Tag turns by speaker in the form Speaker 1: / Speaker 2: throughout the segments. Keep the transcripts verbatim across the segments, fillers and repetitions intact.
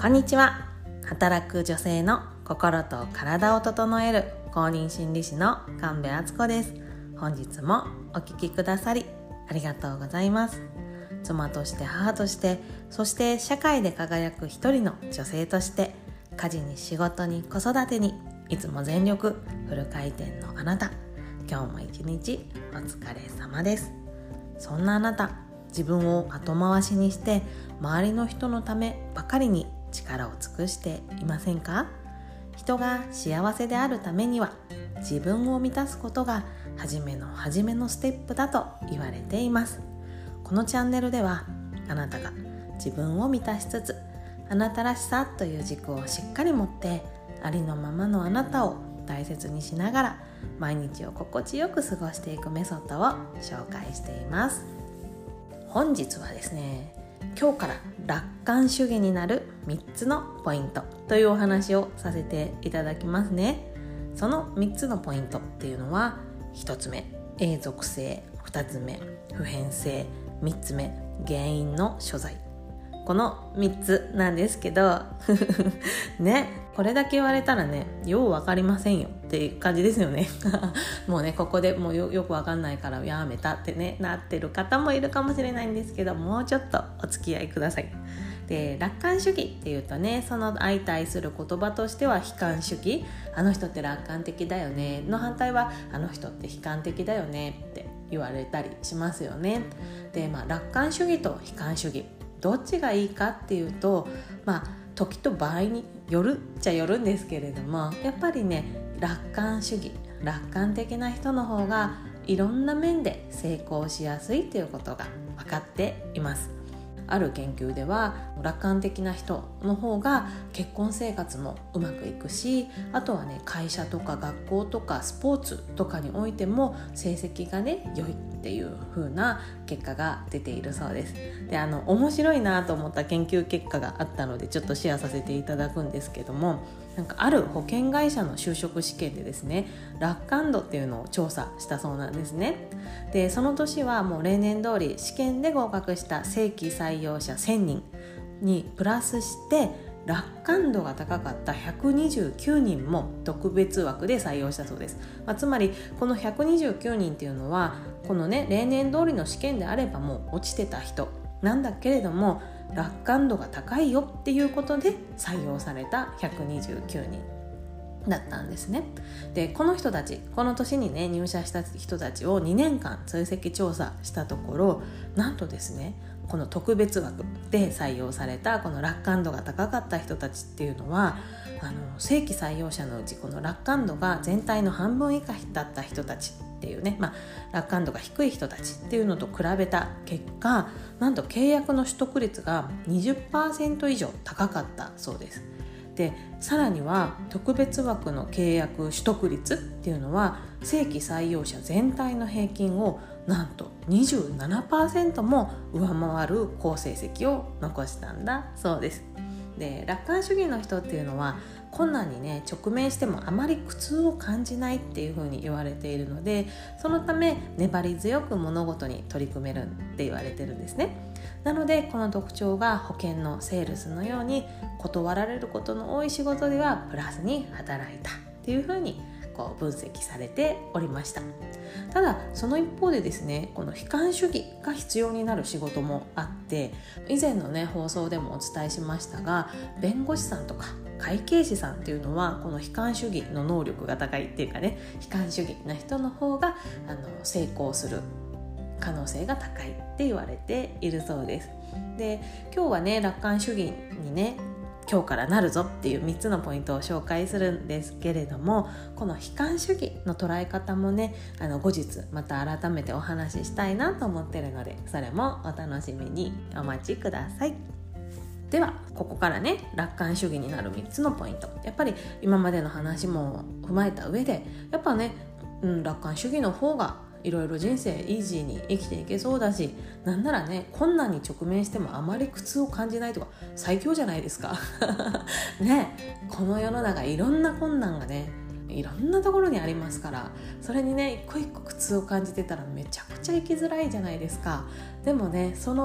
Speaker 1: こんにちは。働く女性の心と体を整える公認心理師の神戸敦子です。本日もお聞きくださりありがとうございます。妻として母として、そして社会で輝く一人の女性として、家事に仕事に子育てにいつも全力フル回転のあなた、今日も一日お疲れ様です。そんなあなた、自分を後回しにして周りの人のためばかりに力を尽くしていませんか？人が幸せであるためには自分を満たすことが初めの初めのステップだと言われています。このチャンネルではあなたが自分を満たしつつ、あなたらしさという軸をしっかり持ってありのままのあなたを大切にしながら毎日を心地よく過ごしていくメソッドを紹介しています。本日はですね、今日から楽観主義になるみっつのポイントというお話をさせていただきますね。そのみっつのポイントっていうのは、ひとつめ永続性、ふたつめ普遍性、みっつめ原因の所在、このみっつなんですけどね、これだけ言われたらね、ようわかりませんよっていう感じですよねもうね、ここでもう よ, よくわかんないからやめたってねなってる方もいるかもしれないんですけど、もうちょっとお付き合いください。で、楽観主義っていうとね、その相対する言葉としては悲観主義、あの人って楽観的だよねの反対はあの人って悲観的だよねって言われたりしますよね。で、まあ、楽観主義と悲観主義どっちがいいかっていうと、まあ時と場合によるっちゃよるんですけれども、やっぱりね、楽観主義、楽観的な人の方がいろんな面で成功しやすいということが分かっています。ある研究では楽観的な人の方が結婚生活もうまくいくし、あとはね、会社とか学校とかスポーツとかにおいても成績がね良いっていう風な結果が出ているそうです。で、あの面白いなと思った研究結果があったのでちょっとシェアさせていただくんですけども、なんかある保険会社の就職試験でですね、楽観度っていうのを調査したそうなんですね。で、その年はもう例年通り試験で合格した正規採用者せんにんにプラスして楽観度が高かったひゃくにじゅうきゅうにんも特別枠で採用したそうです。まあ、つまりこのひゃくにじゅうきゅうにんっていうのはこのね、例年通りの試験であればもう落ちてた人なんだけれども、楽観度が高いよっていうことで採用されたひゃくにじゅうきゅうにんだったんですね。で、この人たち、この年にね入社した人たちをにねんかん追跡調査したところ、なんとですね、この特別枠で採用されたこの楽観度が高かった人たちっていうのは、あの正規採用者のうちこの楽観度が全体の半分以下だった人たちっていうね、まあ、楽観度が低い人たちっていうのと比べた結果、なんと契約の取得率が にじゅっパーセント 以上高かったそうです。で、さらには特別枠の契約取得率っていうのは正規採用者全体の平均をなんと にじゅうななパーセント も上回る好成績を残したんだそうです。で、楽観主義の人っていうのは困難にね直面してもあまり苦痛を感じないっていうふうに言われているので、そのため粘り強く物事に取り組めるって言われてるんですね。なのでこの特徴が保険のセールスのように断られることの多い仕事ではプラスに働いたっていうふうにこう分析されておりました。ただその一方でですね、この悲観主義が必要になる仕事もあって、以前のね放送でもお伝えしましたが、弁護士さんとか会計士さんっていうのはこの悲観主義の能力が高いっていうかね、悲観主義な人の方があの成功する可能性が高いって言われているそうです。で、今日はね楽観主義にね今日からなるぞっていうみっつのポイントを紹介するんですけれども、この悲観主義の捉え方もね、あの後日また改めてお話ししたいなと思ってるので、それもお楽しみにお待ちください。ではここからね、楽観主義になるみっつのポイント、やっぱり今までの話も踏まえた上で、やっぱね、うん、楽観主義の方がいろいろ人生イージーに生きていけそうだし、なんならね困難に直面してもあまり苦痛を感じないとか最強じゃないですかね、この世の中いろんな困難がねいろんなところにありますから、それにね一個一個苦痛を感じてたらめちゃくちゃ生きづらいじゃないですか。でもね、その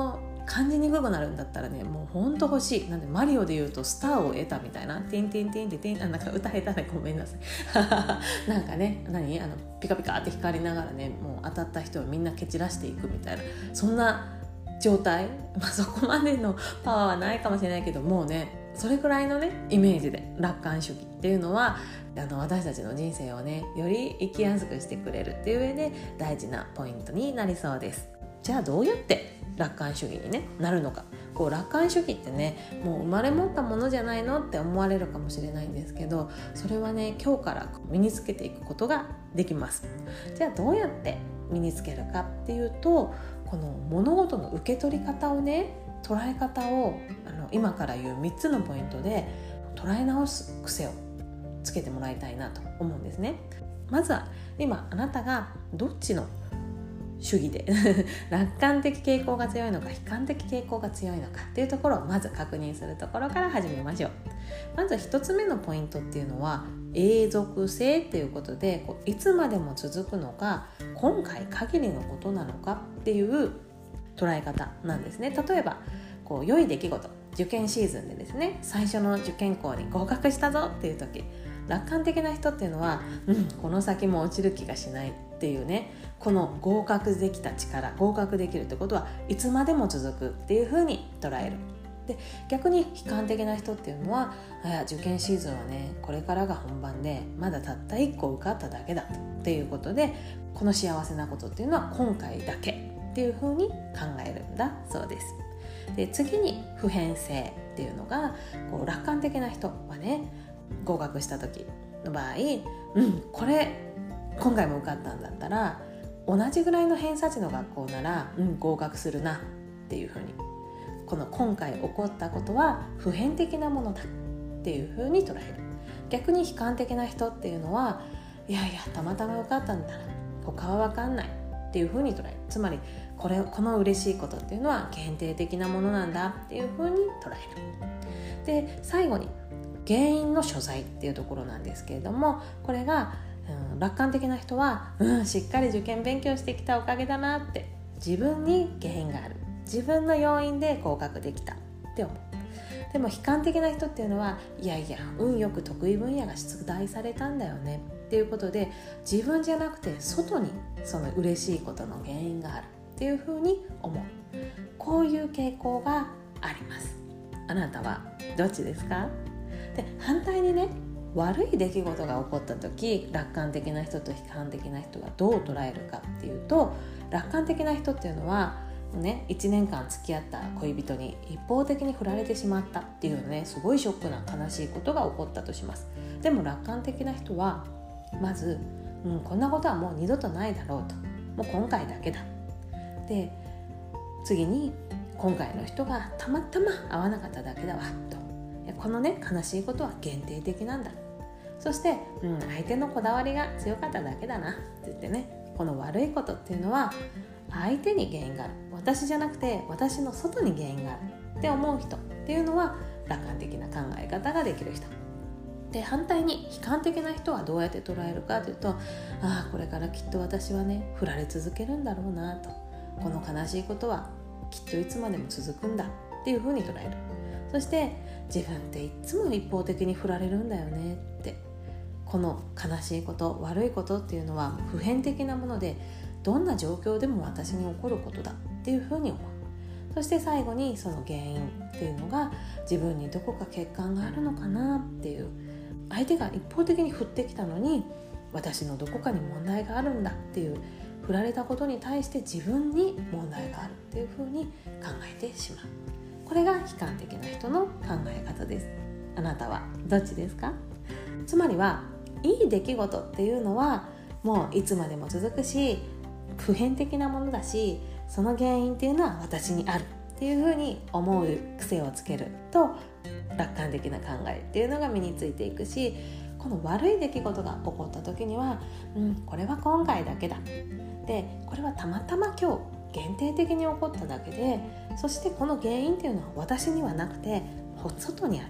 Speaker 1: 感じにくくなるんだったらね、もうほんと欲しい。なんでマリオで言うとスターを得たみたいな、ティンティンティンってティン、あ、なんか歌下手でごめんなさいなんかね、何あのピカピカって光りながらね、もう当たった人をみんな蹴散らしていくみたいな、そんな状態、まあ、そこまでのパワーはないかもしれないけど、もうねそれくらいのねイメージで楽観主義っていうのはあの私たちの人生をねより生きやすくしてくれるっていう上で大事なポイントになりそうです。じゃあどうやって楽観主義に、ね、なるのか。こう楽観主義ってね、もう生まれ持ったものじゃないのって思われるかもしれないんですけど、それはね今日から身につけていくことができます。じゃあどうやって身につけるかっていうと、この物事の受け取り方をね、捉え方をあの今から言うみっつのポイントで捉え直す癖をつけてもらいたいなと思うんですね。まずは今あなたがどっちの主義で楽観的傾向が強いのか悲観的傾向が強いのかっていうところをまず確認するところから始めましょう。まず一つ目のポイントっていうのは永続性っていうことで、こういつまでも続くのか今回限りのことなのかっていう捉え方なんですね。例えばこう良い出来事、受験シーズンでですね、最初の受験校に合格したぞっていう時、楽観的な人っていうのは、うん、この先も落ちる気がしないっていうね、この合格できた力、合格できるってことはいつまでも続くっていう風に捉える。で逆に悲観的な人っていうのは、いや受験シーズンはねこれからが本番でまだたったいっこ受かっただけだっていうことで、この幸せなことっていうのは今回だけっていう風に考えるんだそうです。で次に普遍性っていうのが、こう楽観的な人はね、合格した時の場合、うんこれ今回も受かったんだったら同じぐらいの偏差値の学校なら、うん、合格するなっていう風に、この今回起こったことは普遍的なものだっていう風に捉える。逆に悲観的な人っていうのは、いやいやたまたま受かったんだな、他は分かんないっていう風に捉える。つまりこれこの嬉しいことっていうのは限定的なものなんだっていう風に捉える。で最後に原因の所在っていうところなんですけれども、これが、うん、楽観的な人は、うん、しっかり受験勉強してきたおかげだなって、自分に原因がある、自分の要因で合格できたって思う。でも悲観的な人っていうのは、いやいや運よく得意分野が出題されたんだよねっていうことで、自分じゃなくて外にその嬉しいことの原因があるっていうふうに思う。こういう傾向があります。あなたはどっちですか？で反対にね、悪い出来事が起こった時、楽観的な人と悲観的な人がどう捉えるかっていうと、楽観的な人っていうのはね、いちねんかん付き合った恋人に一方的に振られてしまったっていうね、すごいショックな悲しいことが起こったとします。でも楽観的な人はまず、うん、こんなことはもう二度とないだろうと、もう今回だけだ。で次に、今回の人がたまたま合わなかっただけだわと、このね悲しいことは限定的なんだ。そして、うん、相手のこだわりが強かっただけだなって言ってね、この悪いことっていうのは相手に原因がある、私じゃなくて私の外に原因があるって思う人っていうのは楽観的な考え方ができる人で、反対に悲観的な人はどうやって捉えるかというと、ああこれからきっと私はね振られ続けるんだろうなと、この悲しいことはきっといつまでも続くんだっていうふうに捉える。そして自分っていつも一方的に振られるんだよねって、この悲しいこと、悪いことっていうのは普遍的なもので、どんな状況でも私に起こることだっていうふうに思う。そして最後にその原因っていうのが、自分にどこか欠陥があるのかなっていう、相手が一方的に振ってきたのに私のどこかに問題があるんだっていう、振られたことに対して自分に問題があるっていうふうに考えてしまう。これが悲観的な人の考え方です。あなたはどっちですか？つまりはいい出来事っていうのはもういつまでも続くし、普遍的なものだし、その原因っていうのは私にあるっていうふうに思う癖をつけると、楽観的な考えっていうのが身についていくし、この悪い出来事が起こった時には、うん、これは今回だけだ、でこれはたまたま今日限定的に起こっただけで、そしてこの原因っていうのは私にはなくて外にある、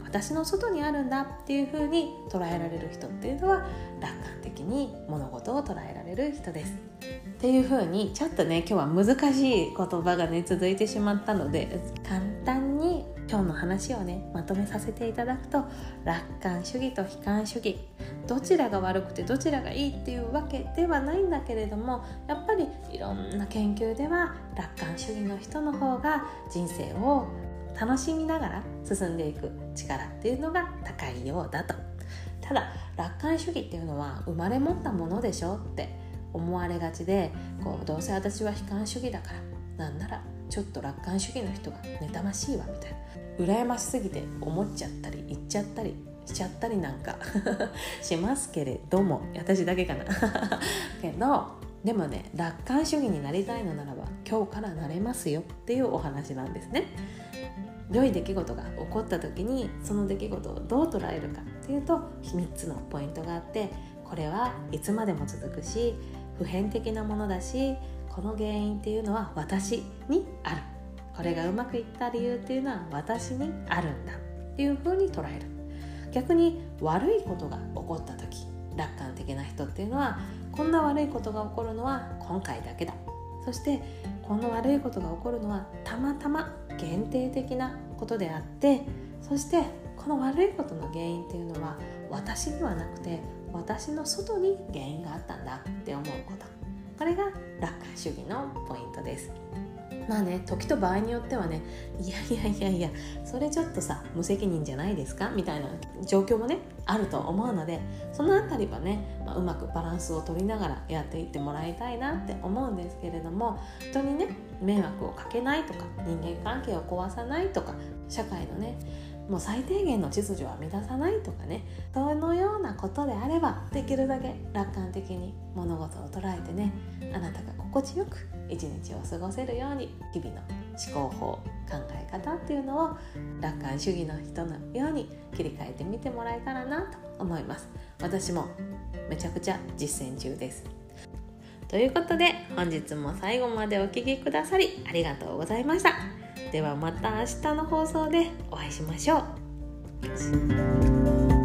Speaker 1: 私の外にあるんだっていう風に捉えられる人っていうのは楽観的に物事を捉えられる人ですっていう風に、ちょっとね今日は難しい言葉がね続いてしまったので、簡単に今日の話をねまとめさせていただくと、楽観主義と悲観主義、どちらが悪くてどちらがいいっていうわけではないんだけれども、やっぱりいろんな研究では楽観主義の人の方が人生を楽しみながら進んでいく力っていうのが高いようだと。ただ楽観主義っていうのは生まれ持ったものでしょって思われがちで、こうどうせ私は悲観主義だから、なんならちょっと楽観主義の人が妬ましいわみたいな、羨ましすぎて思っちゃったり言っちゃったりしちゃったりなんかしますけれども、私だけかなけどでもね、楽観主義になりたいのならば今日からなれますよっていうお話なんですね。良い出来事が起こった時にその出来事をどう捉えるかっていうとみっつのポイントがあって、これはいつまでも続くし普遍的なものだし、この原因っていうのは私にある、これがうまくいった理由っていうのは私にあるんだっていう風に捉える。逆に悪いことが起こった時、楽観的な人っていうのは、こんな悪いことが起こるのは今回だけだ、そしてこの悪いことが起こるのはたまたま限定的なことであって、そしてこの悪いことの原因っていうのは私にはなくて私の外に原因があったんだって思うこと、これが楽観主義のポイントです。まあね、時と場合によってはね、いやいやいやいやそれちょっとさ無責任じゃないですかみたいな状況もねあると思うので、そのあたりはね、まあ、うまくバランスを取りながらやっていってもらいたいなって思うんですけれども、人にね迷惑をかけないとか、人間関係を壊さないとか、社会のねもう最低限の秩序は乱さないとかね、そのようなことであればできるだけ楽観的に物事を捉えてね、あなたが心地よく一日を過ごせるように日々の思考法、考え方っていうのを楽観主義の人のように切り替えてみてもらえたらなと思います。私もめちゃくちゃ実践中です。ということで本日も最後までお聞きくださりありがとうございました。ではまた明日の放送でお会いしましょう。